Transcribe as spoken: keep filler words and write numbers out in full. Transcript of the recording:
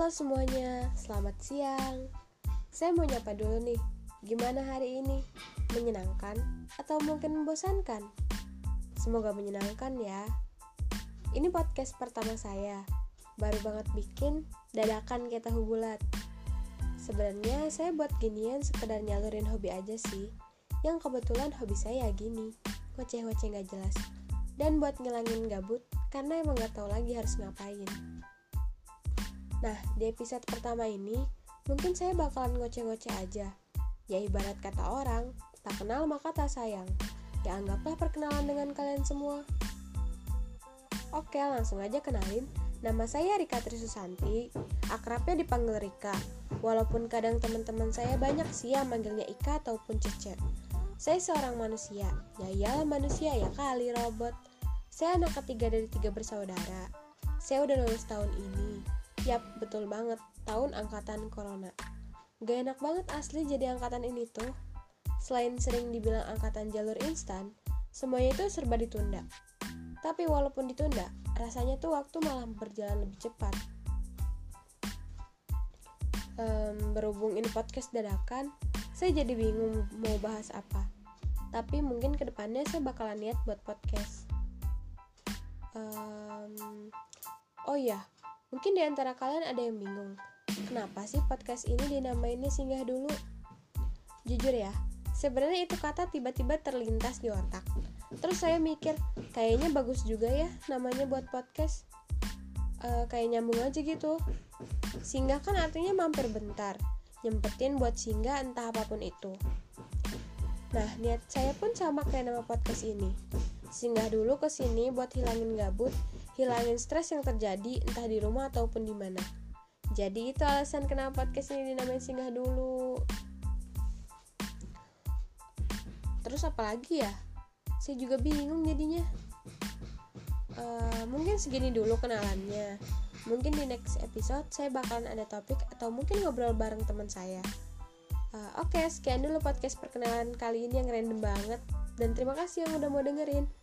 Halo semuanya, selamat siang. Saya mau nyapa dulu nih. Gimana hari ini? Menyenangkan atau mungkin membosankan? Semoga menyenangkan ya. Ini podcast pertama saya. Baru banget bikin, dadakan kayak tahu bulat. Sebenarnya saya buat ginian sekedar nyalurin hobi aja sih. Yang kebetulan hobi saya gini, ngoceh-ngoceh gak jelas. Dan buat ngilangin gabut, karena emang gak tahu lagi harus ngapain. Nah, di episode pertama ini, mungkin saya bakalan ngoceh-ngoceh aja. Ya ibarat kata orang, tak kenal maka tak sayang. Ya anggaplah perkenalan dengan kalian semua. Oke, langsung aja kenalin. Nama saya Rika Trisusanti, akrabnya dipanggil Rika. Walaupun kadang teman-teman saya banyak sih yang manggilnya Ika ataupun Cece. Saya seorang manusia. Ya iyalah manusia ya kali robot. Saya anak ketiga dari tiga bersaudara. Saya udah lulus tahun ini. Yap, betul banget, tahun angkatan corona. Gak enak banget asli jadi angkatan ini tuh. Selain sering dibilang angkatan jalur instan, semuanya itu serba ditunda. Tapi walaupun ditunda, rasanya tuh waktu malah berjalan lebih cepat. um, Berhubung ini podcast dadakan, saya jadi bingung mau bahas apa. Tapi mungkin kedepannya saya bakalan niat buat podcast. um, Oh iya, mungkin di antara kalian ada yang bingung, kenapa sih podcast ini dinamainnya Singgah Dulu? Jujur ya, sebenarnya itu kata tiba-tiba terlintas di otak. Terus saya mikir, kayaknya bagus juga ya namanya buat podcast. e, Kayak nyambung aja gitu. Singgah kan artinya mampir bentar, nyempetin buat singgah entah apapun itu. Nah, niat saya pun sama kayak nama podcast ini. Singgah dulu ke sini buat hilangin gabut, hilangin stres yang terjadi entah di rumah ataupun di mana. Jadi itu alasan kenapa podcast ini dinamain Singgah Dulu. Terus apa lagi ya? Saya juga bingung jadinya. Uh, mungkin segini dulu kenalannya. Mungkin di next episode saya bakalan ada topik atau mungkin ngobrol bareng teman saya. Uh, Oke, okay, sekian dulu podcast perkenalan kali ini yang random banget. Dan terima kasih yang udah mau dengerin.